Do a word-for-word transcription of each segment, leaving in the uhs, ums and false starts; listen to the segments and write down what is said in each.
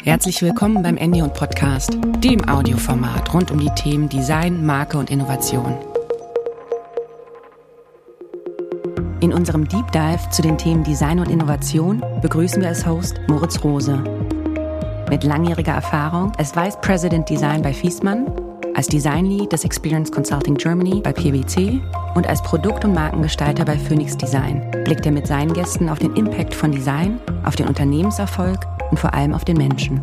Herzlich willkommen beim Endion Podcast, dem Audioformat rund um die Themen Design, Marke und Innovation. In unserem Deep Dive zu den Themen Design und Innovation begrüßen wir als Host Moritz Rose. Mit langjähriger Erfahrung als Vice President Design bei Viessmann, als Design Lead des Experience Consulting Germany bei P W C und als Produkt- und Markengestalter bei Phoenix Design blickt er mit seinen Gästen auf den Impact von Design, auf den Unternehmenserfolg und vor allem auf den Menschen.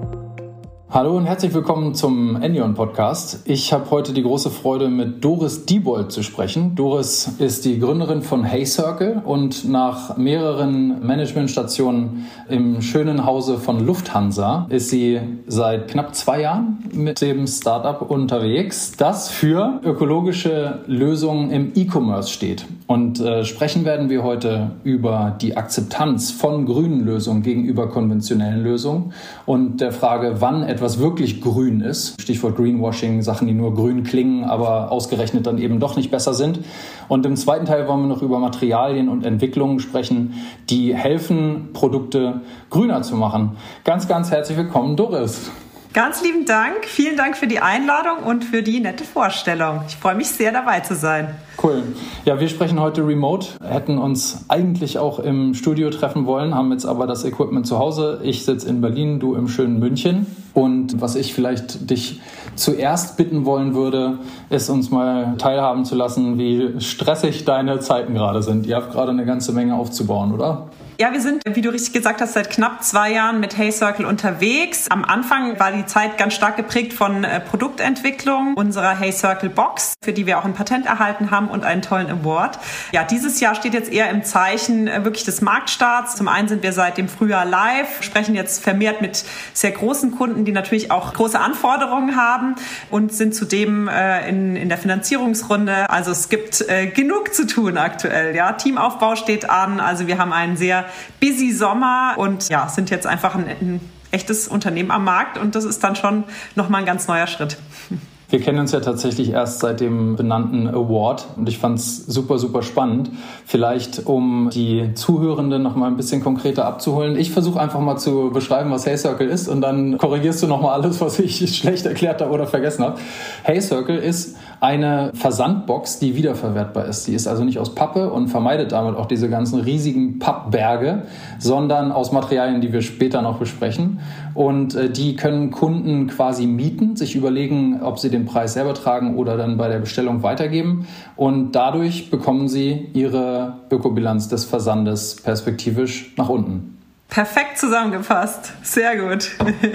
Hallo und herzlich willkommen zum Endion Podcast. Ich habe heute die große Freude, mit Doris Diebold zu sprechen. Doris ist die Gründerin von HeyCircle und nach mehreren Managementstationen im schönen Hause von Lufthansa ist sie seit knapp zwei Jahren mit dem Startup unterwegs, das für ökologische Lösungen im E-Commerce steht. Und äh, sprechen werden wir heute über die Akzeptanz von grünen Lösungen gegenüber konventionellen Lösungen und der Frage, wann etwas was wirklich grün ist. Stichwort Greenwashing, Sachen, die nur grün klingen, aber ausgerechnet dann eben doch nicht besser sind. Und im zweiten Teil wollen wir noch über Materialien und Entwicklungen sprechen, die helfen, Produkte grüner zu machen. Ganz, ganz herzlich willkommen, Doris. Ganz lieben Dank. Vielen Dank für die Einladung und für die nette Vorstellung. Ich freue mich sehr, dabei zu sein. Cool. Ja, wir sprechen heute remote, hätten uns eigentlich auch im Studio treffen wollen, haben jetzt aber das Equipment zu Hause. Ich sitze in Berlin, du im schönen München. Und was ich vielleicht dich zuerst bitten wollen würde, ist uns mal teilhaben zu lassen, wie stressig deine Zeiten gerade sind. Ihr habt gerade eine ganze Menge aufzubauen, oder? Ja, wir sind, wie du richtig gesagt hast, seit knapp zwei Jahren mit HeyCircle unterwegs. Am Anfang war die Zeit ganz stark geprägt von äh, Produktentwicklung unserer HeyCircle Box, für die wir auch ein Patent erhalten haben und einen tollen Award. Ja, dieses Jahr steht jetzt eher im Zeichen äh, wirklich des Marktstarts. Zum einen sind wir seit dem Frühjahr live, sprechen jetzt vermehrt mit sehr großen Kunden, die natürlich auch große Anforderungen haben und sind zudem äh, in, in der Finanzierungsrunde. Also es gibt äh, genug zu tun aktuell. Ja, Teamaufbau steht an. Also wir haben einen sehr busy Sommer und ja, sind jetzt einfach ein, ein echtes Unternehmen am Markt und das ist dann schon nochmal ein ganz neuer Schritt. Wir kennen uns ja tatsächlich erst seit dem benannten Award und ich fand es super, super spannend. Vielleicht, um die Zuhörenden noch mal ein bisschen konkreter abzuholen. Ich versuche einfach mal zu beschreiben, was HeyCircle ist und dann korrigierst du noch mal alles, was ich schlecht erklärt habe oder vergessen habe. HeyCircle ist eine Versandbox, die wiederverwertbar ist. Die ist also nicht aus Pappe und vermeidet damit auch diese ganzen riesigen Pappberge, sondern aus Materialien, die wir später noch besprechen. Und äh, die können Kunden quasi mieten, sich überlegen, ob sie den Preis selber tragen oder dann bei der Bestellung weitergeben. Und dadurch bekommen sie ihre Ökobilanz des Versandes perspektivisch nach unten. Perfekt zusammengefasst. Sehr gut.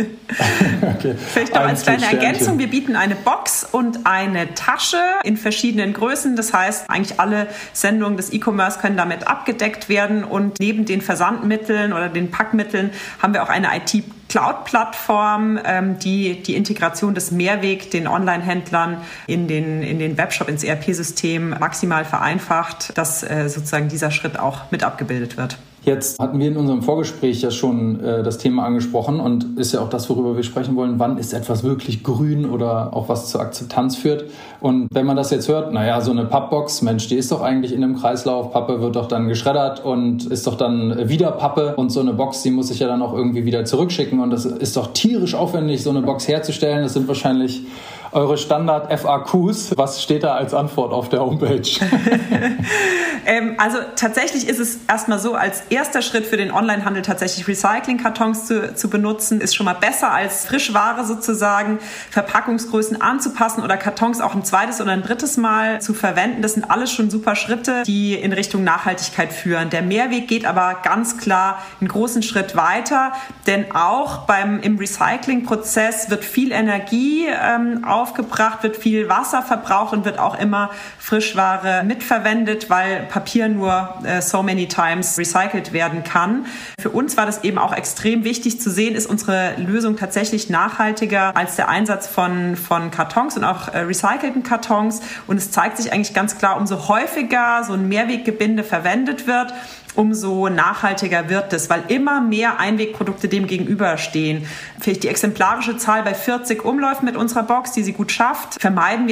Okay. Vielleicht noch als kleine Ergänzung. Wir bieten eine Box und eine Tasche in verschiedenen Größen. Das heißt, eigentlich alle Sendungen des E-Commerce können damit abgedeckt werden. Und neben den Versandmitteln oder den Packmitteln haben wir auch eine I T-Cloud-Plattform, die die Integration des Mehrweg den Online-Händlern in den, in den Webshop, ins E R P-System maximal vereinfacht, dass sozusagen dieser Schritt auch mit abgebildet wird. Jetzt hatten wir in unserem Vorgespräch ja schon äh, das Thema angesprochen und ist ja auch das, worüber wir sprechen wollen. Wann ist etwas wirklich grün oder auch was zur Akzeptanz führt? Und wenn man das jetzt hört, naja, so eine Pappbox, Mensch, die ist doch eigentlich in einem Kreislauf. Pappe wird doch dann geschreddert und ist doch dann wieder Pappe. Und so eine Box, die muss ich ja dann auch irgendwie wieder zurückschicken. Und das ist doch tierisch aufwendig, so eine Box herzustellen. Das sind wahrscheinlich eure Standard-F A Qs. Was steht da als Antwort auf der Homepage? ähm, also tatsächlich ist es erstmal so, als erster Schritt für den Onlinehandel tatsächlich Recycling-Kartons zu, zu benutzen, ist schon mal besser als Frischware sozusagen, Verpackungsgrößen anzupassen oder Kartons auch ein zweites oder ein drittes Mal zu verwenden. Das sind alles schon super Schritte, die in Richtung Nachhaltigkeit führen. Der Mehrweg geht aber ganz klar einen großen Schritt weiter, denn auch beim, im Recycling-Prozess wird viel Energie ähm, aufgebracht, wird viel Wasser verbraucht und wird auch immer Frischware mitverwendet, weil Papier nur äh, so many times recycelt werden kann. Für uns war das eben auch extrem wichtig zu sehen, ist unsere Lösung tatsächlich nachhaltiger als der Einsatz von, von Kartons und auch äh, recycelten Kartons. Und es zeigt sich eigentlich ganz klar, umso häufiger so ein Mehrweggebinde verwendet wird, umso nachhaltiger wird es, weil immer mehr Einwegprodukte dem gegenüberstehen. Vielleicht die exemplarische Zahl bei vierzig Umläufen mit unserer Box, die sie gut schafft, vermeiden wir etwa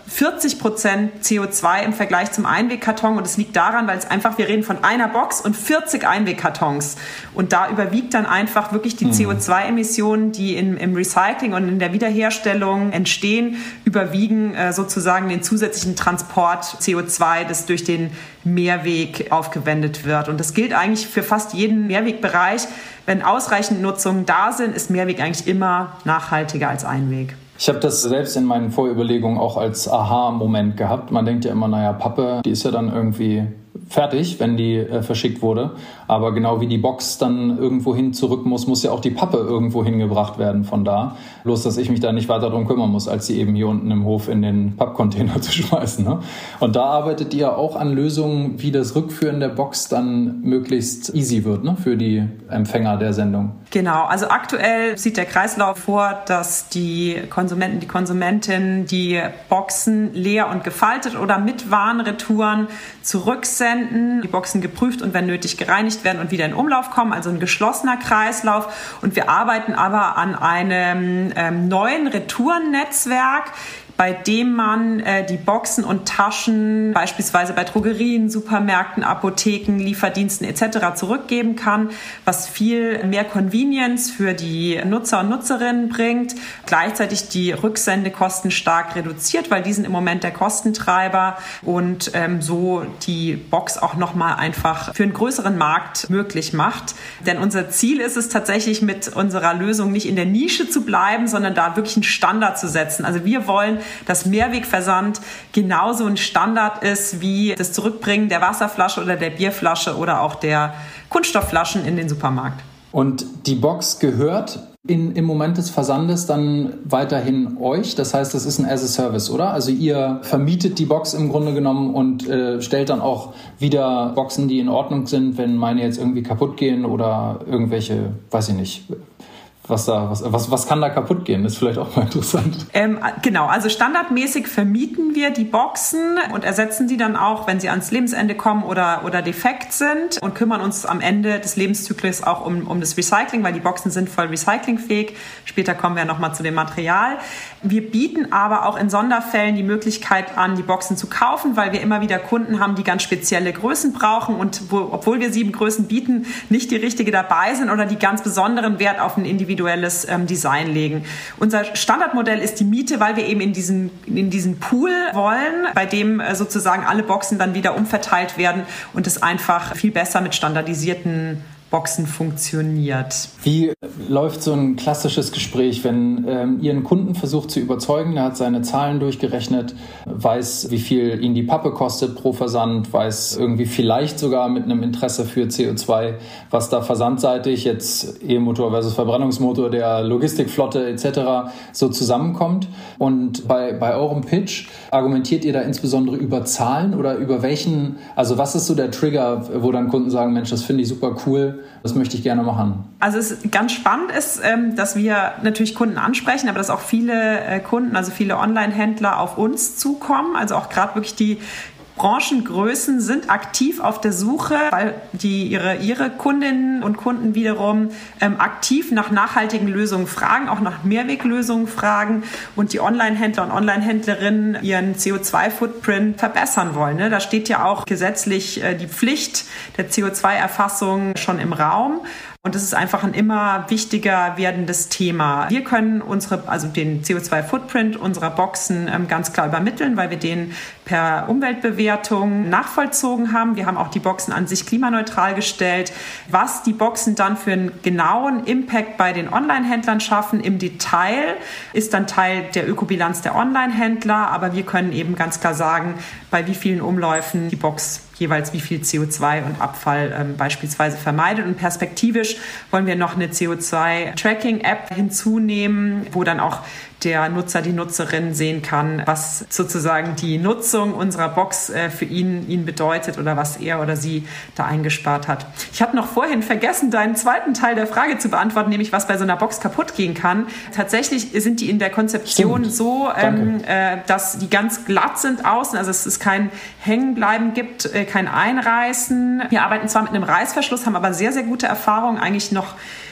vierzig Prozent C O zwei im Vergleich zum Einwegkarton. Und es liegt daran, weil es einfach, wir reden von einer Box und vierzig Einwegkartons. Und da überwiegt dann einfach wirklich die mhm. C O zwei Emissionen, die in, im Recycling und in der Wiederherstellung entstehen, überwiegen äh, sozusagen den zusätzlichen Transport C O zwei, das durch den Mehrweg aufgewendet wird. Und das gilt eigentlich für fast jeden Mehrwegbereich. Wenn ausreichend Nutzungen da sind, ist Mehrweg eigentlich immer nachhaltiger als Einweg. Ich habe das selbst in meinen Vorüberlegungen auch als Aha-Moment gehabt. Man denkt ja immer, naja, Pappe, die ist ja dann irgendwie fertig, wenn die äh, verschickt wurde. Aber genau wie die Box dann irgendwo hin zurück muss, muss ja auch die Pappe irgendwo hingebracht werden von da. Bloß, dass ich mich da nicht weiter darum kümmern muss, als sie eben hier unten im Hof in den Pappcontainer zu schmeißen. Ne? Und da arbeitet ihr auch an Lösungen, wie das Rückführen der Box dann möglichst easy wird, ne? Für die Empfänger der Sendung. Genau, also aktuell sieht der Kreislauf vor, dass die Konsumenten, die Konsumentinnen die Boxen leer und gefaltet oder mit Warenretouren zurücksenden, die Boxen geprüft und wenn nötig gereinigt werden und wieder in Umlauf kommen, also ein geschlossener Kreislauf. Und wir arbeiten aber an einem ähm, neuen Retourennetzwerk, bei dem man äh, die Boxen und Taschen beispielsweise bei Drogerien, Supermärkten, Apotheken, Lieferdiensten et cetera zurückgeben kann, was viel mehr Convenience für die Nutzer und Nutzerinnen bringt, gleichzeitig die Rücksendekosten stark reduziert, weil die sind im Moment der Kostentreiber und ähm, so die Box auch nochmal einfach für einen größeren Markt möglich macht. Denn unser Ziel ist es tatsächlich, mit unserer Lösung nicht in der Nische zu bleiben, sondern da wirklich einen Standard zu setzen. Also wir wollen, dass Mehrwegversand genauso ein Standard ist wie das Zurückbringen der Wasserflasche oder der Bierflasche oder auch der Kunststoffflaschen in den Supermarkt. Und die Box gehört in, im Moment des Versandes dann weiterhin euch? Das heißt, das ist ein as-a-Service, oder? Also ihr vermietet die Box im Grunde genommen und äh, stellt dann auch wieder Boxen, die in Ordnung sind, wenn meine jetzt irgendwie kaputt gehen oder irgendwelche, weiß ich nicht, Was, da, was, was, was kann da kaputt gehen? Das ist vielleicht auch mal interessant. Ähm, genau, also standardmäßig vermieten wir die Boxen und ersetzen die dann auch, wenn sie ans Lebensende kommen oder, oder defekt sind und kümmern uns am Ende des Lebenszyklus auch um, um das Recycling, weil die Boxen sind voll recyclingfähig. Später kommen wir nochmal zu dem Material. Wir bieten aber auch in Sonderfällen die Möglichkeit an, die Boxen zu kaufen, weil wir immer wieder Kunden haben, die ganz spezielle Größen brauchen und wo, obwohl wir sieben Größen bieten, nicht die richtige dabei sind oder die ganz besonderen Wert auf ein individuelles ähm, Design legen. Unser Standardmodell ist die Miete, weil wir eben in diesen, in diesen Pool wollen, bei dem äh, sozusagen alle Boxen dann wieder umverteilt werden und es einfach viel besser mit standardisierten Boxen funktioniert. Wie läuft so ein klassisches Gespräch, wenn ähm, ihr einen Kunden versucht zu überzeugen, der hat seine Zahlen durchgerechnet, weiß, wie viel ihn die Pappe kostet pro Versand, weiß irgendwie vielleicht sogar mit einem Interesse für C O zwei, was da versandseitig jetzt E-Motor versus Verbrennungsmotor der Logistikflotte et cetera so zusammenkommt. Und bei, bei eurem Pitch argumentiert ihr da insbesondere über Zahlen oder über welchen, also was ist so der Trigger, wo dann Kunden sagen, Mensch, das finde ich super cool, das möchte ich gerne machen? Also es ganz spannend ist, dass wir natürlich Kunden ansprechen, aber dass auch viele Kunden, also viele Online-Händler auf uns zukommen. Also auch gerade wirklich die Branchengrößen sind aktiv auf der Suche, weil die ihre, ihre Kundinnen und Kunden wiederum ähm, aktiv nach nachhaltigen Lösungen fragen, auch nach Mehrweglösungen fragen und die Online-Händler und Online-Händlerinnen ihren C O zwei Footprint verbessern wollen. Ne? Da steht ja auch gesetzlich äh, die Pflicht der C O zwei Erfassung schon im Raum. Und das ist einfach ein immer wichtiger werdendes Thema. Wir können unsere, also den C O zwei Footprint unserer Boxen ähm, ganz klar übermitteln, weil wir den per Umweltbewertung nachvollzogen haben. Wir haben auch die Boxen an sich klimaneutral gestellt. Was die Boxen dann für einen genauen Impact bei den Online-Händlern schaffen im Detail, ist dann Teil der Ökobilanz der Online-Händler. Aber wir können eben ganz klar sagen, bei wie vielen Umläufen die Box jeweils wie viel C O zwei und Abfall ähm, beispielsweise vermeidet. Und perspektivisch wollen wir noch eine C O zwei Tracking App hinzunehmen, wo dann auch der Nutzer, die Nutzerin sehen kann, was sozusagen die Nutzung unserer Box äh, für ihn, ihn bedeutet oder was er oder sie da eingespart hat. Ich habe noch vorhin vergessen, deinen zweiten Teil der Frage zu beantworten, nämlich was bei so einer Box kaputt gehen kann. Tatsächlich sind die in der Konzeption Stimmt. so, ähm, äh, dass die ganz glatt sind außen, also es ist kein Hängenbleiben gibt, äh, kein Einreißen. Wir arbeiten zwar mit einem Reißverschluss, haben aber sehr, sehr gute Erfahrungen, eigentlich noch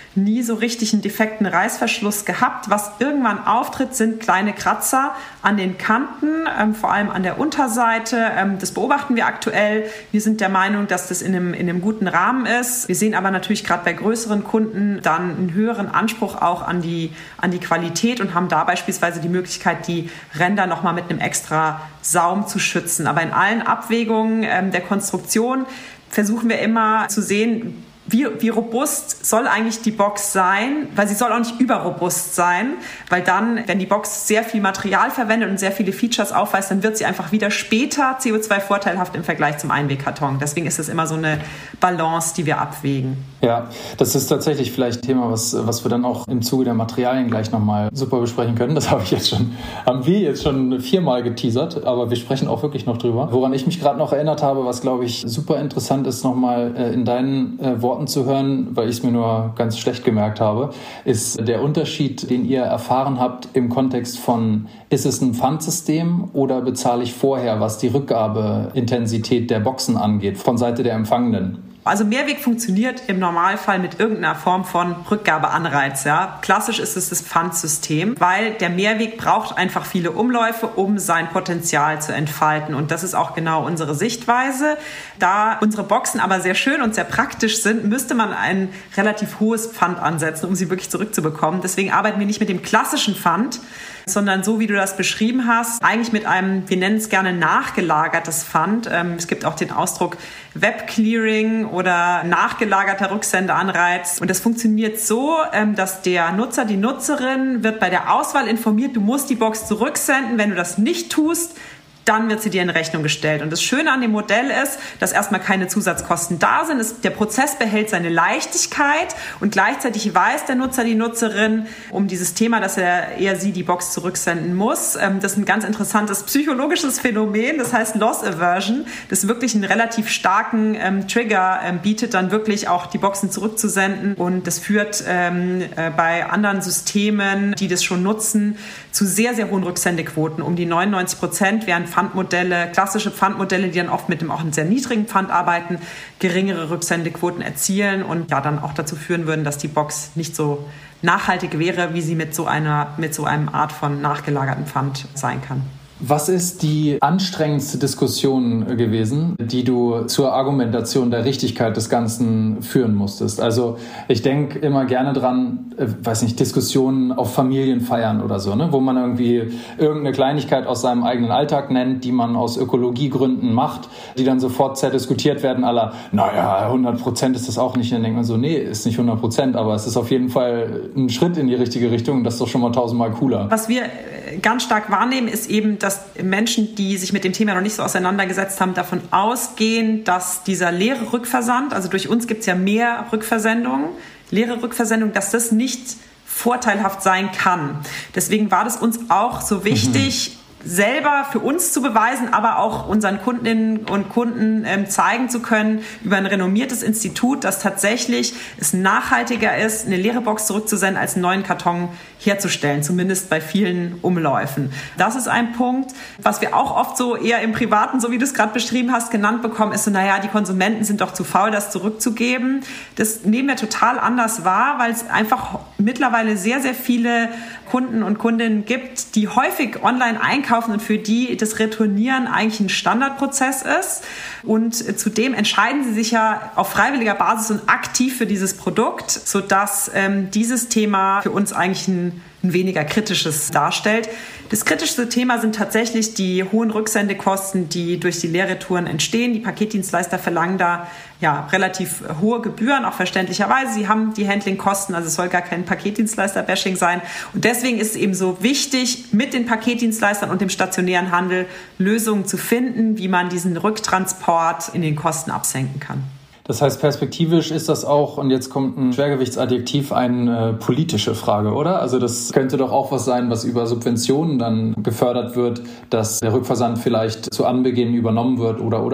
nie so richtig einen defekten Reißverschluss gehabt. Was irgendwann auftritt, sind kleine Kratzer an den Kanten, ähm, vor allem an der Unterseite. Ähm, das beobachten wir aktuell. Wir sind der Meinung, dass das in einem, in einem guten Rahmen ist. Wir sehen aber natürlich gerade bei größeren Kunden dann einen höheren Anspruch auch an die, an die Qualität und haben da beispielsweise die Möglichkeit, die Ränder nochmal mit einem extra Saum zu schützen. Aber in allen Abwägungen ähm, der Konstruktion versuchen wir immer zu sehen, Wie, wie robust soll eigentlich die Box sein, weil sie soll auch nicht überrobust sein, weil dann, wenn die Box sehr viel Material verwendet und sehr viele Features aufweist, dann wird sie einfach wieder später C O zwei vorteilhaft im Vergleich zum Einwegkarton. Deswegen ist es immer so eine Balance, die wir abwägen. Ja, das ist tatsächlich vielleicht ein Thema, was, was wir dann auch im Zuge der Materialien gleich nochmal super besprechen können. Das habe ich jetzt schon, haben wir jetzt schon viermal geteasert, aber wir sprechen auch wirklich noch drüber. Woran ich mich gerade noch erinnert habe, was glaube ich super interessant ist, nochmal in deinen äh, Worten zu hören, weil ich es mir nur ganz schlecht gemerkt habe, ist der Unterschied, den ihr erfahren habt im Kontext von, ist es ein Pfandsystem oder bezahle ich vorher, was die Rückgabeintensität der Boxen angeht, von Seite der Empfangenden? Also Mehrweg funktioniert im Normalfall mit irgendeiner Form von Rückgabeanreiz. Ja. Klassisch ist es das Pfandsystem, weil der Mehrweg braucht einfach viele Umläufe, um sein Potenzial zu entfalten. Und das ist auch genau unsere Sichtweise. Da unsere Boxen aber sehr schön und sehr praktisch sind, müsste man ein relativ hohes Pfand ansetzen, um sie wirklich zurückzubekommen. Deswegen arbeiten wir nicht mit dem klassischen Pfand, sondern so, wie du das beschrieben hast, eigentlich mit einem, wir nennen es gerne nachgelagertes Pfand. Es gibt auch den Ausdruck Web-Clearing oder nachgelagerter Rücksendeanreiz. Und das funktioniert so, dass der Nutzer, die Nutzerin wird bei der Auswahl informiert, du musst die Box zurücksenden. Wenn du das nicht tust, dann wird sie dir in Rechnung gestellt. Und das Schöne an dem Modell ist, dass erstmal keine Zusatzkosten da sind. Es, der Prozess behält seine Leichtigkeit und gleichzeitig weiß der Nutzer, die Nutzerin um dieses Thema, dass er eher sie die Box zurücksenden muss. Das ist ein ganz interessantes psychologisches Phänomen, das heißt Loss Aversion, das wirklich einen relativ starken ähm, Trigger ähm, bietet, dann wirklich auch die Boxen zurückzusenden. Und das führt ähm, äh, bei anderen Systemen, die das schon nutzen, zu sehr, sehr hohen Rücksendequoten, um die neunundneunzig Prozent, während Pfandmodelle, klassische Pfandmodelle, die dann oft mit dem auch einem sehr niedrigen Pfand arbeiten, geringere Rücksendequoten erzielen und ja dann auch dazu führen würden, dass die Box nicht so nachhaltig wäre, wie sie mit so einer, mit so einem Art von nachgelagerten Pfand sein kann. Was ist die anstrengendste Diskussion gewesen, die du zur Argumentation der Richtigkeit des Ganzen führen musstest? Also ich denke immer gerne dran, äh, weiß nicht, Diskussionen auf Familienfeiern oder so, ne, wo man irgendwie irgendeine Kleinigkeit aus seinem eigenen Alltag nennt, die man aus Ökologiegründen macht, die dann sofort zerdiskutiert werden, à la, naja, hundert Prozent ist das auch nicht. Dann denkt man so, nee, ist nicht hundert Prozent, aber es ist auf jeden Fall ein Schritt in die richtige Richtung und das ist doch schon mal tausendmal cooler. Was wir ganz stark wahrnehmen, ist eben, dass Menschen, die sich mit dem Thema noch nicht so auseinandergesetzt haben, davon ausgehen, dass dieser leere Rückversand, also durch uns gibt es ja mehr Rückversendungen, leere Rückversendung, dass das nicht vorteilhaft sein kann. Deswegen war das uns auch so wichtig, mhm. selber für uns zu beweisen, aber auch unseren Kundinnen und Kunden ähm, zeigen zu können über ein renommiertes Institut, dass tatsächlich es nachhaltiger ist, eine leere Box zurückzusenden, als einen neuen Karton herzustellen, zumindest bei vielen Umläufen. Das ist ein Punkt. Was wir auch oft so eher im Privaten, so wie du es gerade beschrieben hast, genannt bekommen, ist so, naja, die Konsumenten sind doch zu faul, das zurückzugeben. Das nehmen wir total anders wahr, weil es einfach mittlerweile sehr, sehr viele Kunden und Kundinnen gibt, die häufig online einkaufen und für die das Retournieren eigentlich ein Standardprozess ist. Und zudem entscheiden sie sich ja auf freiwilliger Basis und aktiv für dieses Produkt, sodass ähm, dieses Thema für uns eigentlich ein ein weniger kritisches darstellt. Das kritischste Thema sind tatsächlich die hohen Rücksendekosten, die durch die Leerretouren entstehen. Die Paketdienstleister verlangen da ja relativ hohe Gebühren, auch verständlicherweise. Sie haben die Handlingkosten, also es soll gar kein Paketdienstleister-Bashing sein. Und deswegen ist es eben so wichtig, mit den Paketdienstleistern und dem stationären Handel Lösungen zu finden, wie man diesen Rücktransport in den Kosten absenken kann. Das heißt, perspektivisch ist das auch, und jetzt kommt ein Schwergewichtsadjektiv, eine politische Frage, oder? Also das könnte doch auch was sein, was über Subventionen dann gefördert wird, dass der Rückversand vielleicht zu Anbeginn übernommen wird, oder, oder?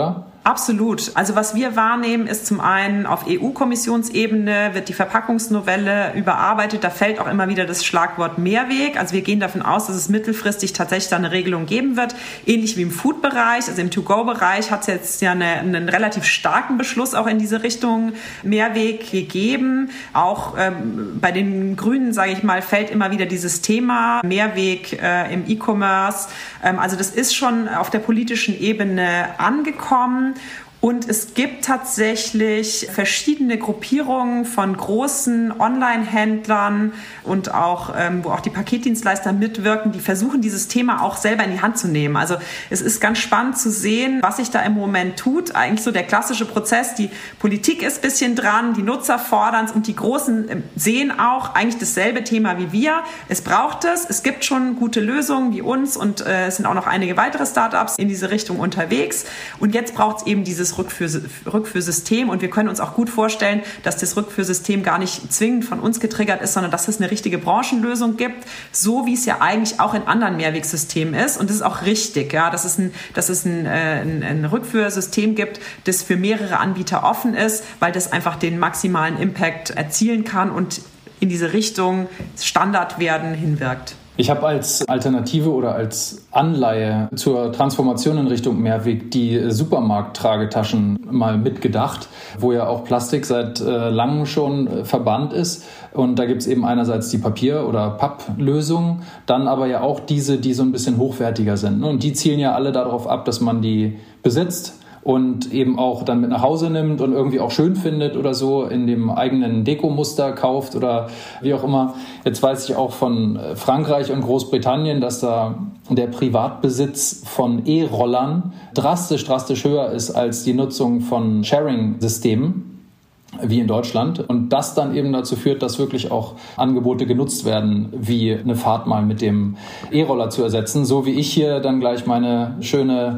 Absolut. Also was wir wahrnehmen, ist zum einen auf E U-Kommissionsebene wird die Verpackungsnovelle überarbeitet. Da fällt auch immer wieder das Schlagwort Mehrweg. Also wir gehen davon aus, dass es mittelfristig tatsächlich da eine Regelung geben wird. Ähnlich wie im Food-Bereich. Also im To-Go-Bereich hat es jetzt ja eine, einen relativ starken Beschluss auch in diese Richtung Mehrweg gegeben. Auch ähm, bei den Grünen, sage ich mal, fällt immer wieder dieses Thema Mehrweg äh, im E-Commerce. Ähm, also das ist schon auf der politischen Ebene angekommen. Und es gibt tatsächlich verschiedene Gruppierungen von großen Online-Händlern und auch, ähm, wo auch die Paketdienstleister mitwirken, die versuchen, dieses Thema auch selber in die Hand zu nehmen. Also es ist ganz spannend zu sehen, was sich da im Moment tut. Eigentlich so der klassische Prozess, die Politik ist ein bisschen dran, die Nutzer fordern es und die Großen äh, sehen auch eigentlich dasselbe Thema wie wir. Es braucht es, es gibt schon gute Lösungen wie uns und äh, es sind auch noch einige weitere Startups in diese Richtung unterwegs. Und jetzt braucht es eben dieses Rückführ- Rückführsystem und wir können uns auch gut vorstellen, dass das Rückführsystem gar nicht zwingend von uns getriggert ist, sondern dass es eine richtige Branchenlösung gibt, so wie es ja eigentlich auch in anderen Mehrwegsystemen ist und das ist auch richtig, ja, dass es ein, dass es ein, äh, ein, ein Rückführsystem gibt, das für mehrere Anbieter offen ist, weil das einfach den maximalen Impact erzielen kann und in diese Richtung Standard werden hinwirkt. Ich habe als Alternative oder als Anleihe zur Transformation in Richtung Mehrweg die Supermarkt-Tragetaschen mal mitgedacht, wo ja auch Plastik seit äh, langem schon äh, verbannt ist. Und da gibt es eben einerseits die Papier- oder Papplösung, dann aber ja auch diese, die so ein bisschen hochwertiger sind. Und die zielen ja alle darauf ab, dass man die besitzt und eben auch dann mit nach Hause nimmt und irgendwie auch schön findet oder so, in dem eigenen Dekomuster kauft oder wie auch immer. Jetzt weiß ich auch von Frankreich und Großbritannien, dass da der Privatbesitz von E-Rollern drastisch, drastisch höher ist als die Nutzung von Sharing-Systemen wie in Deutschland und das dann eben dazu führt, dass wirklich auch Angebote genutzt werden, wie eine Fahrt mal mit dem E-Roller zu ersetzen, so wie ich hier dann gleich meine schöne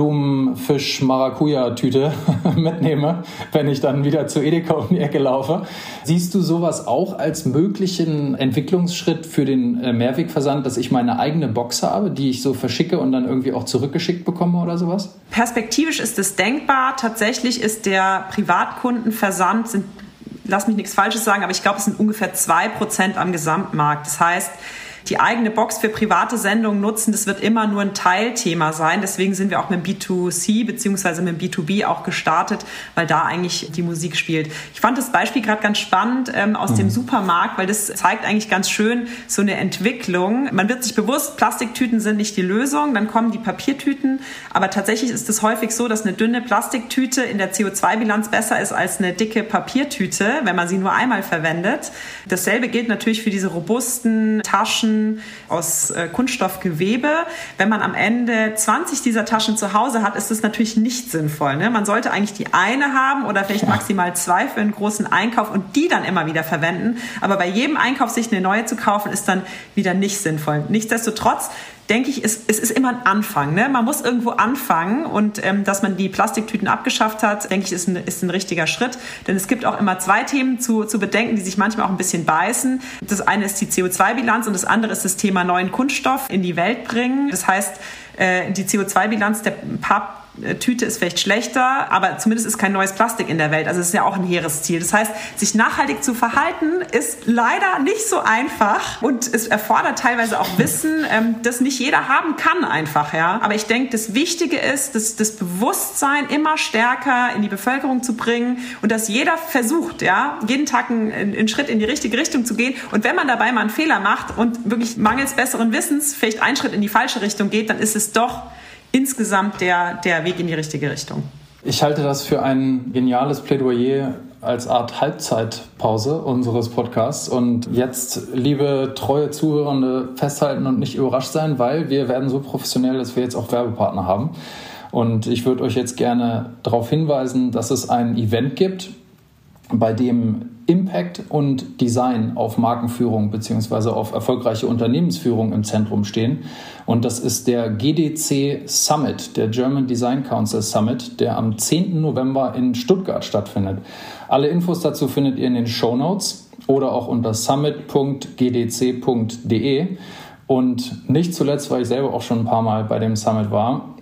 Blumenfisch-Maracuja-Tüte mitnehme, wenn ich dann wieder zu Edeka um die Ecke laufe. Siehst du sowas auch als möglichen Entwicklungsschritt für den Mehrwegversand, dass ich meine eigene Box habe, die ich so verschicke und dann irgendwie auch zurückgeschickt bekomme oder sowas? Perspektivisch ist es denkbar. Tatsächlich ist der Privatkundenversand, sind, lass mich nichts Falsches sagen, aber ich glaube, es sind ungefähr zwei Prozent am Gesamtmarkt. Das heißt, die eigene Box für private Sendungen nutzen, das wird immer nur ein Teilthema sein. Deswegen sind wir auch mit dem B zwei C bzw. mit dem B zwei B auch gestartet, weil da eigentlich die Musik spielt. Ich fand das Beispiel gerade ganz spannend ähm, aus mhm. dem Supermarkt, weil das zeigt eigentlich ganz schön so eine Entwicklung. Man wird sich bewusst, Plastiktüten sind nicht die Lösung, dann kommen die Papiertüten. Aber tatsächlich ist es häufig so, dass eine dünne Plastiktüte in der C O zwei Bilanz besser ist als eine dicke Papiertüte, wenn man sie nur einmal verwendet. Dasselbe gilt natürlich für diese robusten Taschen aus äh, Kunststoffgewebe. Wenn man am Ende zwanzig dieser Taschen zu Hause hat, ist das natürlich nicht sinnvoll. Ne? Man sollte eigentlich die eine haben oder vielleicht maximal zwei für einen großen Einkauf und die dann immer wieder verwenden. Aber bei jedem Einkauf sich eine neue zu kaufen, ist dann wieder nicht sinnvoll. Nichtsdestotrotz denke ich, es, es ist immer ein Anfang. Ne? Man muss irgendwo anfangen und ähm, dass man die Plastiktüten abgeschafft hat, denke ich, ist ein, ist ein richtiger Schritt. Denn es gibt auch immer zwei Themen zu, zu bedenken, die sich manchmal auch ein bisschen beißen. Das eine ist die C O zwei Bilanz und das andere ist das Thema neuen Kunststoff in die Welt bringen. Das heißt, äh, die C O zwei Bilanz der Papp Tüte ist vielleicht schlechter, aber zumindest ist kein neues Plastik in der Welt. Also es ist ja auch ein hehres Ziel. Das heißt, sich nachhaltig zu verhalten, ist leider nicht so einfach und es erfordert teilweise auch Wissen, das nicht jeder haben kann einfach. Ja. Aber ich denke, das Wichtige ist, das, das Bewusstsein immer stärker in die Bevölkerung zu bringen und dass jeder versucht, ja, jeden Tag einen, einen Schritt in die richtige Richtung zu gehen. Und wenn man dabei mal einen Fehler macht und wirklich mangels besseren Wissens vielleicht einen Schritt in die falsche Richtung geht, dann ist es doch insgesamt der, der Weg in die richtige Richtung. Ich halte das für ein geniales Plädoyer als Art Halbzeitpause unseres Podcasts. Und jetzt, liebe treue Zuhörende, festhalten und nicht überrascht sein, weil wir werden so professionell, dass wir jetzt auch Werbepartner haben. Und ich würde euch jetzt gerne darauf hinweisen, dass es ein Event gibt, bei dem Impact und Design auf Markenführung bzw. auf erfolgreiche Unternehmensführung im Zentrum stehen. Und das ist der G D C Summit, der German Design Council Summit, der am zehnten November in Stuttgart stattfindet. Alle Infos dazu findet ihr in den Shownotes oder auch unter summit punkt g d c punkt d e. Und nicht zuletzt, weil ich selber auch schon ein paar Mal bei dem Summit war,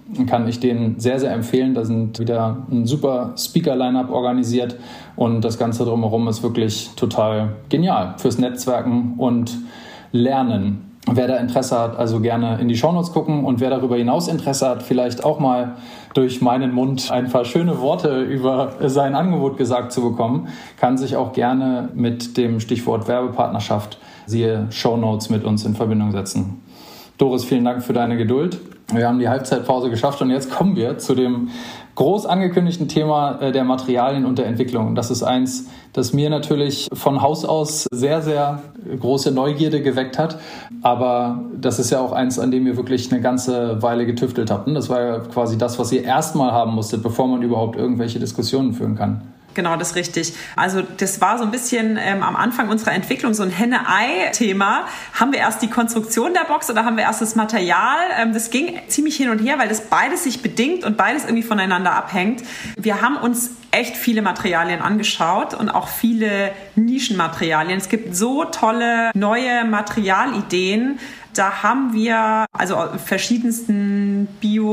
kann ich denen sehr, sehr empfehlen. Da sind wieder ein super Speaker-Line-Up organisiert und das Ganze drumherum ist wirklich total genial fürs Netzwerken und Lernen. Wer da Interesse hat, also gerne in die Shownotes gucken und wer darüber hinaus Interesse hat, vielleicht auch mal durch meinen Mund ein paar schöne Worte über sein Angebot gesagt zu bekommen, kann sich auch gerne mit dem Stichwort Werbepartnerschaft, siehe Shownotes, mit uns in Verbindung setzen. Doris, vielen Dank für deine Geduld. Wir haben die Halbzeitpause geschafft und jetzt kommen wir zu dem groß angekündigten Thema der Materialien und der Entwicklung. Das ist eins, das mir natürlich von Haus aus sehr, sehr große Neugierde geweckt hat. Aber das ist ja auch eins, an dem ihr wirklich eine ganze Weile getüftelt habt. Das war ja quasi das, was ihr erstmal haben musstet, bevor man überhaupt irgendwelche Diskussionen führen kann. Genau, das ist richtig. Also das war so ein bisschen ähm, am Anfang unserer Entwicklung so ein Henne-Ei-Thema. Haben wir erst die Konstruktion der Box oder haben wir erst das Material? Ähm, das ging ziemlich hin und her, weil das beides sich bedingt und beides irgendwie voneinander abhängt. Wir haben uns echt viele Materialien angeschaut und auch viele Nischenmaterialien. Es gibt so tolle neue Materialideen. Da haben wir also verschiedensten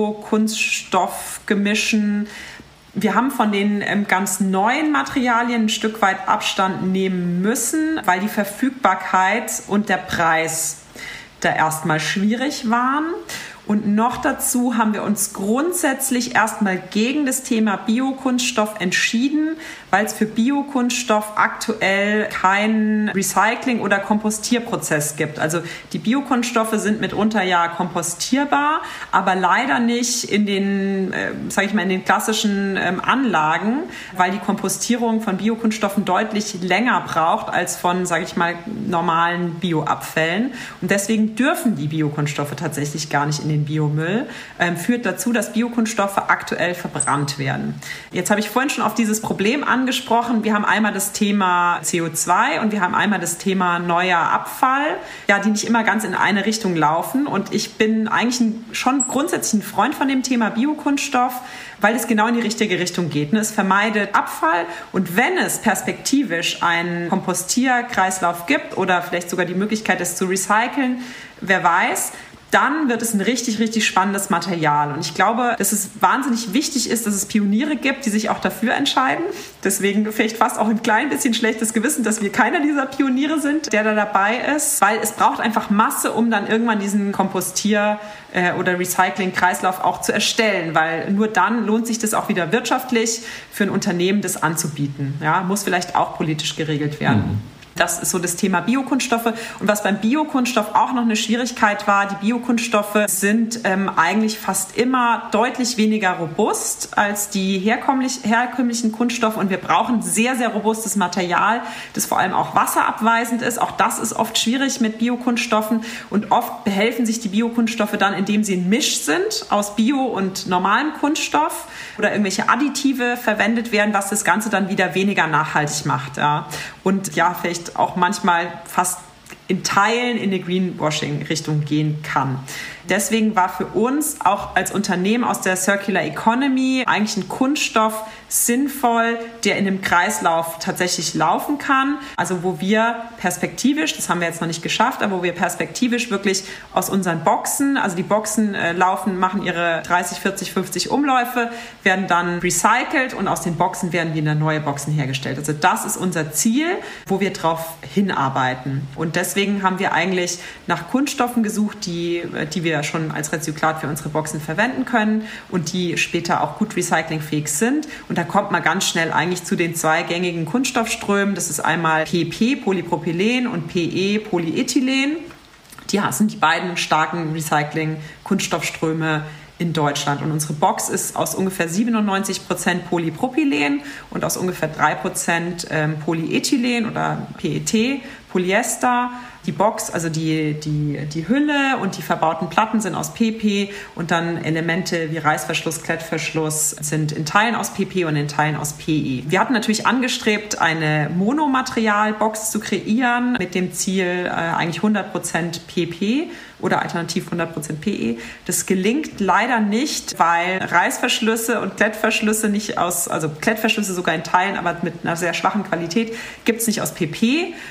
Bio-Kunststoffgemischen. Wir haben von den ähm, ganz neuen Materialien ein Stück weit Abstand nehmen müssen, weil die Verfügbarkeit und der Preis da erstmal schwierig waren. Und noch dazu haben wir uns grundsätzlich erstmal gegen das Thema Biokunststoff entschieden, weil es für Biokunststoff aktuell keinen Recycling- oder Kompostierprozess gibt. Also die Biokunststoffe sind mitunter ja kompostierbar, aber leider nicht in den, äh, sage ich mal, in den klassischen ähm, Anlagen, weil die Kompostierung von Biokunststoffen deutlich länger braucht als von, sage ich mal, normalen Bioabfällen. Und deswegen dürfen die Biokunststoffe tatsächlich gar nicht in den Biomüll, ähm, führt dazu, dass Biokunststoffe aktuell verbrannt werden. Jetzt habe ich vorhin schon auf dieses Problem angesprochen. Wir haben einmal das Thema C O zwei und wir haben einmal das Thema neuer Abfall, ja, die nicht immer ganz in eine Richtung laufen. Und ich bin eigentlich ein, schon grundsätzlich ein Freund von dem Thema Biokunststoff, weil es genau in die richtige Richtung geht. Es vermeidet Abfall und wenn es perspektivisch einen Kompostierkreislauf gibt oder vielleicht sogar die Möglichkeit, es zu recyceln, wer weiß, dann wird es ein richtig, richtig spannendes Material. Und ich glaube, dass es wahnsinnig wichtig ist, dass es Pioniere gibt, die sich auch dafür entscheiden. Deswegen vielleicht fast auch ein klein bisschen schlechtes Gewissen, dass wir keiner dieser Pioniere sind, der da dabei ist. Weil es braucht einfach Masse, um dann irgendwann diesen Kompostier- oder Recycling-Kreislauf auch zu erstellen. Weil nur dann lohnt sich das auch wieder wirtschaftlich für ein Unternehmen, das anzubieten. Ja, muss vielleicht auch politisch geregelt werden. Mhm. Das ist so das Thema Biokunststoffe. Und was beim Biokunststoff auch noch eine Schwierigkeit war, die Biokunststoffe sind ähm, eigentlich fast immer deutlich weniger robust als die herkömmlich, herkömmlichen Kunststoffe. Und wir brauchen sehr, sehr robustes Material, das vor allem auch wasserabweisend ist. Auch das ist oft schwierig mit Biokunststoffen. Und oft behelfen sich die Biokunststoffe dann, indem sie ein Misch sind aus Bio- und normalem Kunststoff oder irgendwelche Additive verwendet werden, was das Ganze dann wieder weniger nachhaltig macht. Ja. Und ja, vielleicht auch manchmal fast in Teilen in die Greenwashing-Richtung gehen kann. Deswegen war für uns auch als Unternehmen aus der Circular Economy eigentlich ein Kunststoff sinnvoll, der in einem Kreislauf tatsächlich laufen kann. Also wo wir perspektivisch, das haben wir jetzt noch nicht geschafft, aber wo wir perspektivisch wirklich aus unseren Boxen, also die Boxen äh, laufen, machen ihre dreißig, vierzig, fünfzig Umläufe, werden dann recycelt und aus den Boxen werden wieder neue Boxen hergestellt. Also das ist unser Ziel, wo wir drauf hinarbeiten. Und deswegen haben wir eigentlich nach Kunststoffen gesucht, die, die wir schon als Rezyklat für unsere Boxen verwenden können und die später auch gut recyclingfähig sind. Und da kommt man ganz schnell eigentlich zu den zwei gängigen Kunststoffströmen. Das ist einmal P P, Polypropylen, und P E, Polyethylen. Die sind die beiden starken Recycling-Kunststoffströme in Deutschland. Und unsere Box ist aus ungefähr siebenundneunzig Prozent Polypropylen und aus ungefähr drei Prozent Polyethylen oder P E T, Polyester. Die Box, also die, die, die Hülle und die verbauten Platten sind aus P P und dann Elemente wie Reißverschluss, Klettverschluss sind in Teilen aus P P und in Teilen aus P E. Wir hatten natürlich angestrebt, eine Monomaterial-Box zu kreieren mit dem Ziel äh, eigentlich hundert Prozent P P oder alternativ hundert Prozent P E. Das gelingt leider nicht, weil Reißverschlüsse und Klettverschlüsse nicht aus, also Klettverschlüsse sogar in Teilen, aber mit einer sehr schwachen Qualität, gibt es nicht aus P P und die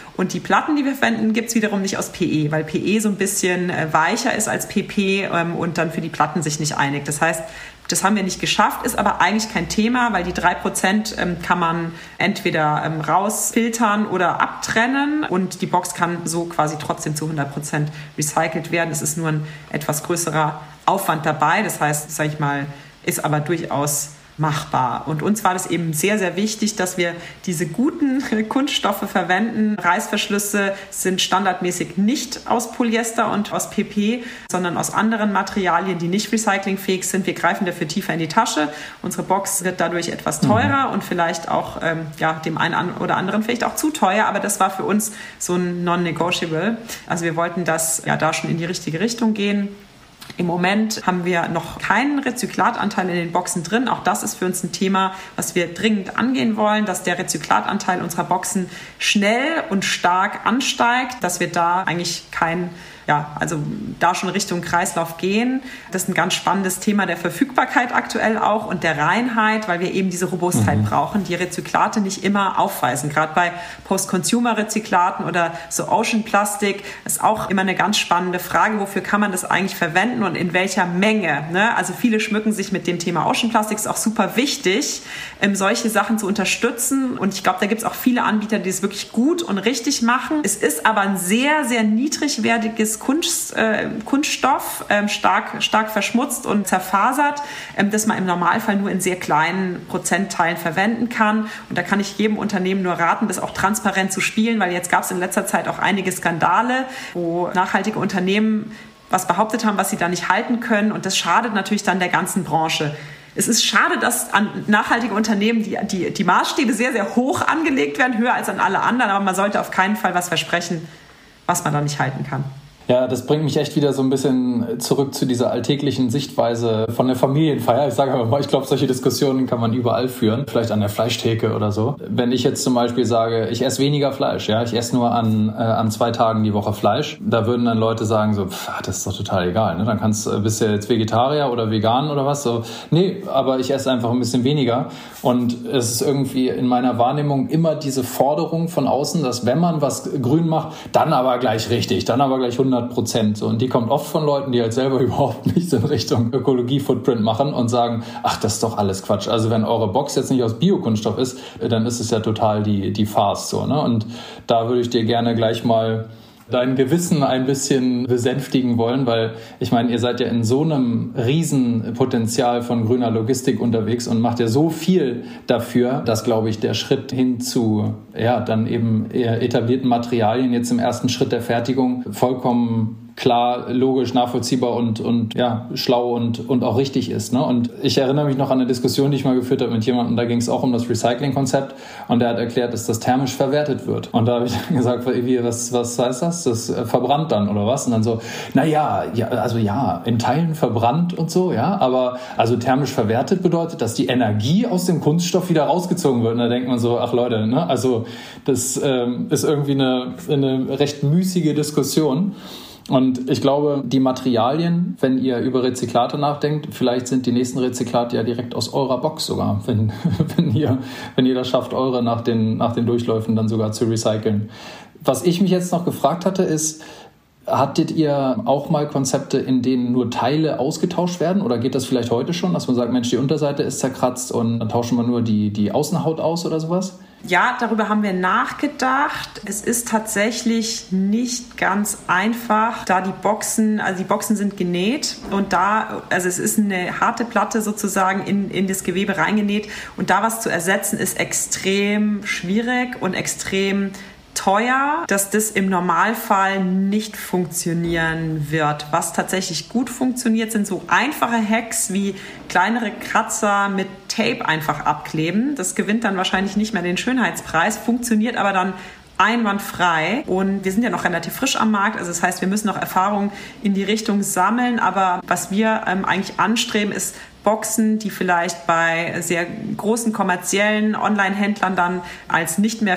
Platten, die wir verwenden, gibt es wiederum nicht aus P E, weil P E so ein bisschen weicher ist als P P und dann für die Platten sich nicht einigt. Das heißt, das haben wir nicht geschafft, ist aber eigentlich kein Thema, weil die drei Prozent kann man entweder rausfiltern oder abtrennen und die Box kann so quasi trotzdem zu hundert Prozent recycelt werden. Es ist nur ein etwas größerer Aufwand dabei. Das heißt, sage ich mal, ist aber durchaus machbar. Und uns war das eben sehr, sehr wichtig, dass wir diese guten Kunststoffe verwenden. Reißverschlüsse sind standardmäßig nicht aus Polyester und aus P P, sondern aus anderen Materialien, die nicht recyclingfähig sind. Wir greifen dafür tiefer in die Tasche. Unsere Box wird dadurch etwas teurer mhm. und vielleicht auch ähm, ja, dem einen oder anderen vielleicht auch zu teuer, aber das war für uns so ein Non-Negotiable. Also wir wollten das ja da schon in die richtige Richtung gehen. Im Moment haben wir noch keinen Rezyklatanteil in den Boxen drin. Auch das ist für uns ein Thema, was wir dringend angehen wollen, dass der Rezyklatanteil unserer Boxen schnell und stark ansteigt, dass wir da eigentlich kein Ja, also da schon Richtung Kreislauf gehen. Das ist ein ganz spannendes Thema der Verfügbarkeit aktuell auch und der Reinheit, weil wir eben diese Robustheit mhm. brauchen, die Rezyklate nicht immer aufweisen. Gerade bei Post-Consumer-Rezyklaten oder so Ocean-Plastik ist auch immer eine ganz spannende Frage, wofür kann man das eigentlich verwenden und in welcher Menge. Ne? Also viele schmücken sich mit dem Thema Ocean-Plastik, ist auch super wichtig, ähm, solche Sachen zu unterstützen. Und ich glaube, da gibt es auch viele Anbieter, die es wirklich gut und richtig machen. Es ist aber ein sehr, sehr niedrigwertiges Kunst, äh, Kunststoff, äh, stark, stark verschmutzt und zerfasert, äh, das man im Normalfall nur in sehr kleinen Prozentteilen verwenden kann. Und da kann ich jedem Unternehmen nur raten, das auch transparent zu spielen, weil jetzt gab es in letzter Zeit auch einige Skandale, wo nachhaltige Unternehmen was behauptet haben, was sie da nicht halten können. Und das schadet natürlich dann der ganzen Branche. Es ist schade, dass an nachhaltige Unternehmen die, die, die Maßstäbe sehr, sehr hoch angelegt werden, höher als an alle anderen. Aber man sollte auf keinen Fall was versprechen, was man da nicht halten kann. Ja, das bringt mich echt wieder so ein bisschen zurück zu dieser alltäglichen Sichtweise von der Familienfeier. Ich sage aber mal, ich glaube, solche Diskussionen kann man überall führen, vielleicht an der Fleischtheke oder so. Wenn ich jetzt zum Beispiel sage, ich esse weniger Fleisch, ja, ich esse nur an, äh, an zwei Tagen die Woche Fleisch, da würden dann Leute sagen so, pff, das ist doch total egal, ne? Dann kannst, bist du jetzt Vegetarier oder vegan oder was? So, nee, aber ich esse einfach ein bisschen weniger. Und es ist irgendwie in meiner Wahrnehmung immer diese Forderung von außen, dass wenn man was grün macht, dann aber gleich richtig, dann aber gleich hundert Prozent. So, und die kommt oft von Leuten, die halt selber überhaupt nichts in Richtung Ökologie-Footprint machen und sagen, ach, das ist doch alles Quatsch. Also wenn eure Box jetzt nicht aus Biokunststoff ist, dann ist es ja total die, die Farce. So, ne? Und da würde ich dir gerne gleich mal dein Gewissen ein bisschen besänftigen wollen, weil ich meine, ihr seid ja in so einem riesen Potenzial von grüner Logistik unterwegs und macht ja so viel dafür, dass, glaube ich, der Schritt hin zu ja dann eben eher etablierten Materialien jetzt im ersten Schritt der Fertigung vollkommen klar, logisch, nachvollziehbar und, und ja, schlau und, und auch richtig ist. Ne? Und ich erinnere mich noch an eine Diskussion, die ich mal geführt habe mit jemandem, da ging es auch um das Recycling-Konzept und der hat erklärt, dass das thermisch verwertet wird. Und da habe ich dann gesagt, wie, was, was heißt das? Das verbrannt dann oder was? Und dann so, naja, ja, also ja, in Teilen verbrannt und so, ja, aber also thermisch verwertet bedeutet, dass die Energie aus dem Kunststoff wieder rausgezogen wird. Und da denkt man so, ach Leute, ne? Also das ähm, ist irgendwie eine, eine recht müßige Diskussion. Und ich glaube, die Materialien, wenn ihr über Rezyklate nachdenkt, vielleicht sind die nächsten Rezyklate ja direkt aus eurer Box sogar, wenn, wenn, ihr, wenn ihr das schafft, eure nach den, nach den Durchläufen dann sogar zu recyceln. Was ich mich jetzt noch gefragt hatte, ist, hattet ihr auch mal Konzepte, in denen nur Teile ausgetauscht werden? Oder geht das vielleicht heute schon, dass man sagt, Mensch, die Unterseite ist zerkratzt und dann tauschen wir nur die, die Außenhaut aus oder sowas? Ja, darüber haben wir nachgedacht. Es ist tatsächlich nicht ganz einfach, da die Boxen, also die Boxen sind genäht und da, also es ist eine harte Platte sozusagen in, in das Gewebe reingenäht und da was zu ersetzen ist extrem schwierig und extrem teuer, dass das im Normalfall nicht funktionieren wird. Was tatsächlich gut funktioniert, sind so einfache Hacks wie kleinere Kratzer mit Tape einfach abkleben. Das gewinnt dann wahrscheinlich nicht mehr den Schönheitspreis, funktioniert aber dann einwandfrei. Und wir sind ja noch relativ frisch am Markt, also das heißt, wir müssen noch Erfahrung in die Richtung sammeln. Aber was wir ähm, eigentlich anstreben, ist Boxen, die vielleicht bei sehr großen kommerziellen Online-Händlern dann als nicht mehr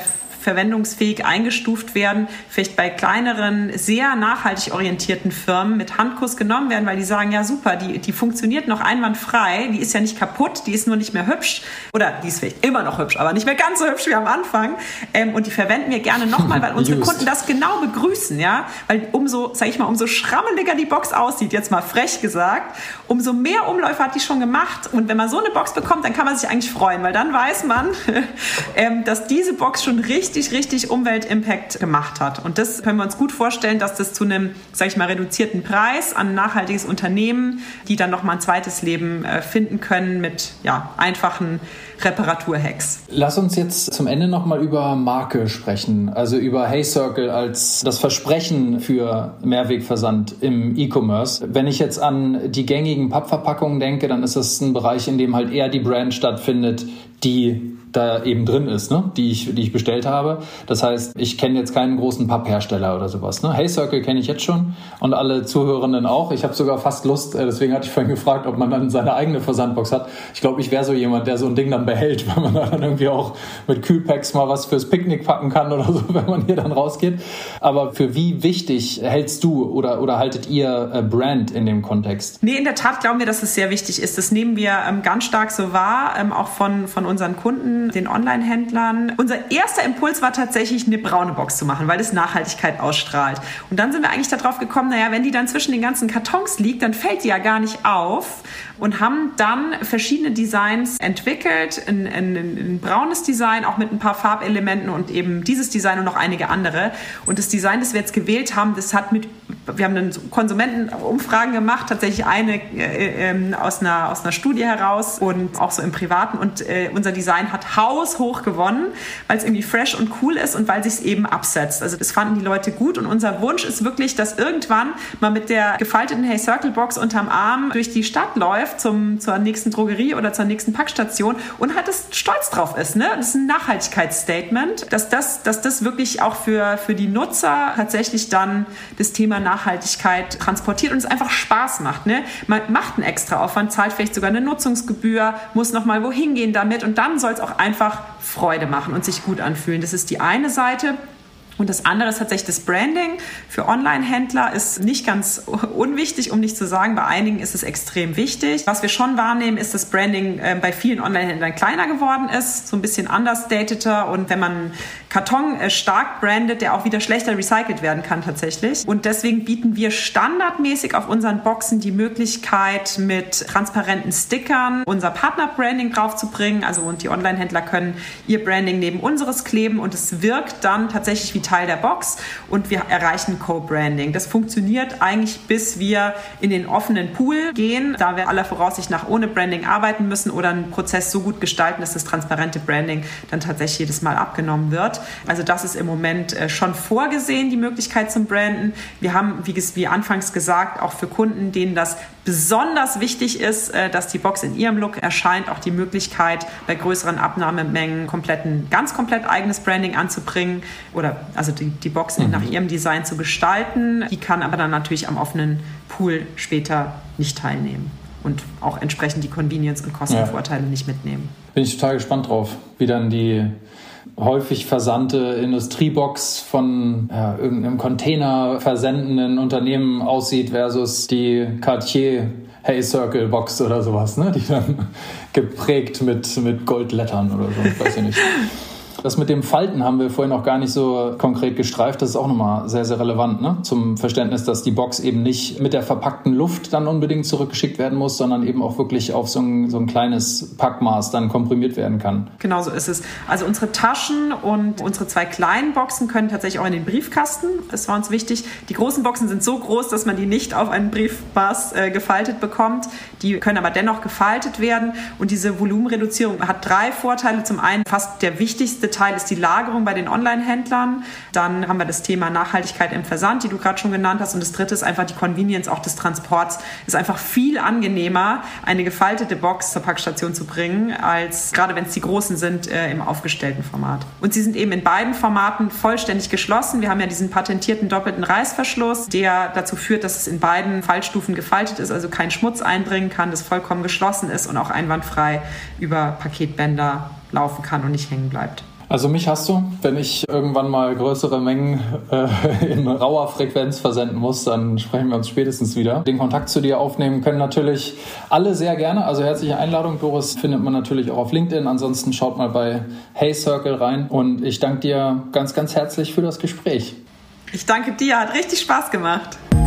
verwendungsfähig eingestuft werden, vielleicht bei kleineren, sehr nachhaltig orientierten Firmen mit Handkuss genommen werden, weil die sagen, ja super, die, die funktioniert noch einwandfrei, die ist ja nicht kaputt, die ist nur nicht mehr hübsch oder die ist vielleicht immer noch hübsch, aber nicht mehr ganz so hübsch wie am Anfang ähm, und die verwenden wir gerne nochmal, weil unsere Just. Kunden das genau begrüßen, ja, weil umso, sag ich mal, umso schrammeliger die Box aussieht, jetzt mal frech gesagt, umso mehr Umläufe hat die schon gemacht und wenn man so eine Box bekommt, dann kann man sich eigentlich freuen, weil dann weiß man, ähm, dass diese Box schon richtig, richtig Umweltimpact gemacht hat und das können wir uns gut vorstellen, dass das zu einem, sag ich mal, reduzierten Preis an ein nachhaltiges Unternehmen, die dann nochmal ein zweites Leben äh, finden können mit ja, einfachen Reparaturhacks. Lass uns jetzt zum Ende nochmal über Marke sprechen, also über HeyCircle als das Versprechen für Mehrwegversand im E-Commerce. Wenn ich jetzt an die gängigen Pappverpackungen denke, dann ist das ein Bereich, in dem halt eher die Brand stattfindet, die da eben drin ist, ne? die ich, die ich bestellt habe. Das heißt, ich kenne jetzt keinen großen Papphersteller oder sowas. Ne? HeyCircle kenne ich jetzt schon und alle Zuhörenden auch. Ich habe sogar fast Lust, deswegen hatte ich vorhin gefragt, ob man dann seine eigene Versandbox hat. Ich glaube, ich wäre so jemand, der so ein Ding dann behält, weil man da dann irgendwie auch mit Kühlpacks mal was fürs Picknick packen kann oder so, wenn man hier dann rausgeht. Aber für wie wichtig hältst du oder, oder haltet ihr Brand in dem Kontext? Nee, in der Tat glauben wir, dass es sehr wichtig ist. Das nehmen wir ähm, ganz stark so wahr, ähm, auch von, von unseren Kunden, den Online-Händlern. Unser erster Impuls war tatsächlich, eine braune Box zu machen, weil das Nachhaltigkeit ausstrahlt. Und dann sind wir eigentlich darauf gekommen, naja, wenn die dann zwischen den ganzen Kartons liegt, dann fällt die ja gar nicht auf und haben dann verschiedene Designs entwickelt, ein, ein, ein braunes Design, auch mit ein paar Farbelementen und eben dieses Design und noch einige andere. Und das Design, das wir jetzt gewählt haben, das hat mit, wir haben dann Konsumentenumfragen gemacht, tatsächlich eine äh, äh, aus, einer, aus einer Studie heraus und auch so im Privaten und äh, unser Design hat haushoch gewonnen, weil es irgendwie fresh und cool ist und weil es sich eben absetzt. Also das fanden die Leute gut und unser Wunsch ist wirklich, dass irgendwann man mit der gefalteten HeyCircle-Box unterm Arm durch die Stadt läuft, zum, zur nächsten Drogerie oder zur nächsten Packstation und halt das stolz drauf ist. Ne? Das ist ein Nachhaltigkeitsstatement, dass das, dass das wirklich auch für, für die Nutzer tatsächlich dann das Thema Nachhaltigkeit transportiert und es einfach Spaß macht. Ne? Man macht einen extra Aufwand, zahlt vielleicht sogar eine Nutzungsgebühr, muss nochmal wohin gehen damit und dann soll es auch einfach Freude machen und sich gut anfühlen. Das ist die eine Seite. Und das andere ist tatsächlich das Branding. Für Online-Händler ist nicht ganz unwichtig, um nicht zu sagen, bei einigen ist es extrem wichtig. Was wir schon wahrnehmen, ist, dass Branding bei vielen Online-Händlern kleiner geworden ist, so ein bisschen understateter und wenn man Karton stark brandet, der auch wieder schlechter recycelt werden kann tatsächlich. Und deswegen bieten wir standardmäßig auf unseren Boxen die Möglichkeit, mit transparenten Stickern unser Partner-Branding draufzubringen. Also und die Online-Händler können ihr Branding neben unseres kleben und es wirkt dann tatsächlich wie Teil der Box und wir erreichen Co-Branding. Das funktioniert eigentlich, bis wir in den offenen Pool gehen, da wir aller Voraussicht nach ohne Branding arbeiten müssen oder einen Prozess so gut gestalten, dass das transparente Branding dann tatsächlich jedes Mal abgenommen wird. Also das ist im Moment schon vorgesehen, die Möglichkeit zum Branden. Wir haben, wie, wie anfangs gesagt, auch für Kunden, denen das besonders wichtig ist, dass die Box in ihrem Look erscheint, auch die Möglichkeit, bei größeren Abnahmemengen komplett ein ganz komplett eigenes Branding anzubringen oder also die, die Box mhm. nach ihrem Design zu gestalten. Die kann aber dann natürlich am offenen Pool später nicht teilnehmen und auch entsprechend die Convenience- und Kostenvorteile ja. nicht mitnehmen. Bin ich total gespannt drauf, wie dann die häufig versandte Industriebox von ja, irgendeinem Container versendenden Unternehmen aussieht versus die Cartier HeyCircle Box oder sowas, ne? Die dann geprägt mit, mit Goldlettern oder so, ich weiß ja nicht. Das mit dem Falten haben wir vorhin auch gar nicht so konkret gestreift. Das ist auch nochmal sehr, sehr relevant, ne? Zum Verständnis, dass die Box eben nicht mit der verpackten Luft dann unbedingt zurückgeschickt werden muss, sondern eben auch wirklich auf so ein, so ein kleines Packmaß dann komprimiert werden kann. Genau so ist es. Also unsere Taschen und unsere zwei kleinen Boxen können tatsächlich auch in den Briefkasten. Das war uns wichtig. Die großen Boxen sind so groß, dass man die nicht auf einen Briefmaß äh, gefaltet bekommt. Die können aber dennoch gefaltet werden. Und diese Volumenreduzierung hat drei Vorteile. Zum einen fast der wichtigste Teil ist die Lagerung bei den Online-Händlern. Dann haben wir das Thema Nachhaltigkeit im Versand, die du gerade schon genannt hast. Und das dritte ist einfach die Convenience auch des Transports. Es ist einfach viel angenehmer, eine gefaltete Box zur Packstation zu bringen, als gerade wenn es die großen sind, äh, im aufgestellten Format. Und sie sind eben in beiden Formaten vollständig geschlossen. Wir haben ja diesen patentierten doppelten Reißverschluss, der dazu führt, dass es in beiden Faltstufen gefaltet ist, also kein Schmutz einbringen kann, das vollkommen geschlossen ist und auch einwandfrei über Paketbänder laufen kann und nicht hängen bleibt. Also mich hast du, wenn ich irgendwann mal größere Mengen äh, in rauer Frequenz versenden muss, dann sprechen wir uns spätestens wieder. Den Kontakt zu dir aufnehmen können natürlich alle sehr gerne. Also herzliche Einladung. Doris findet man natürlich auch auf LinkedIn. Ansonsten schaut mal bei HeyCircle rein. Und ich danke dir ganz, ganz herzlich für das Gespräch. Ich danke dir, hat richtig Spaß gemacht.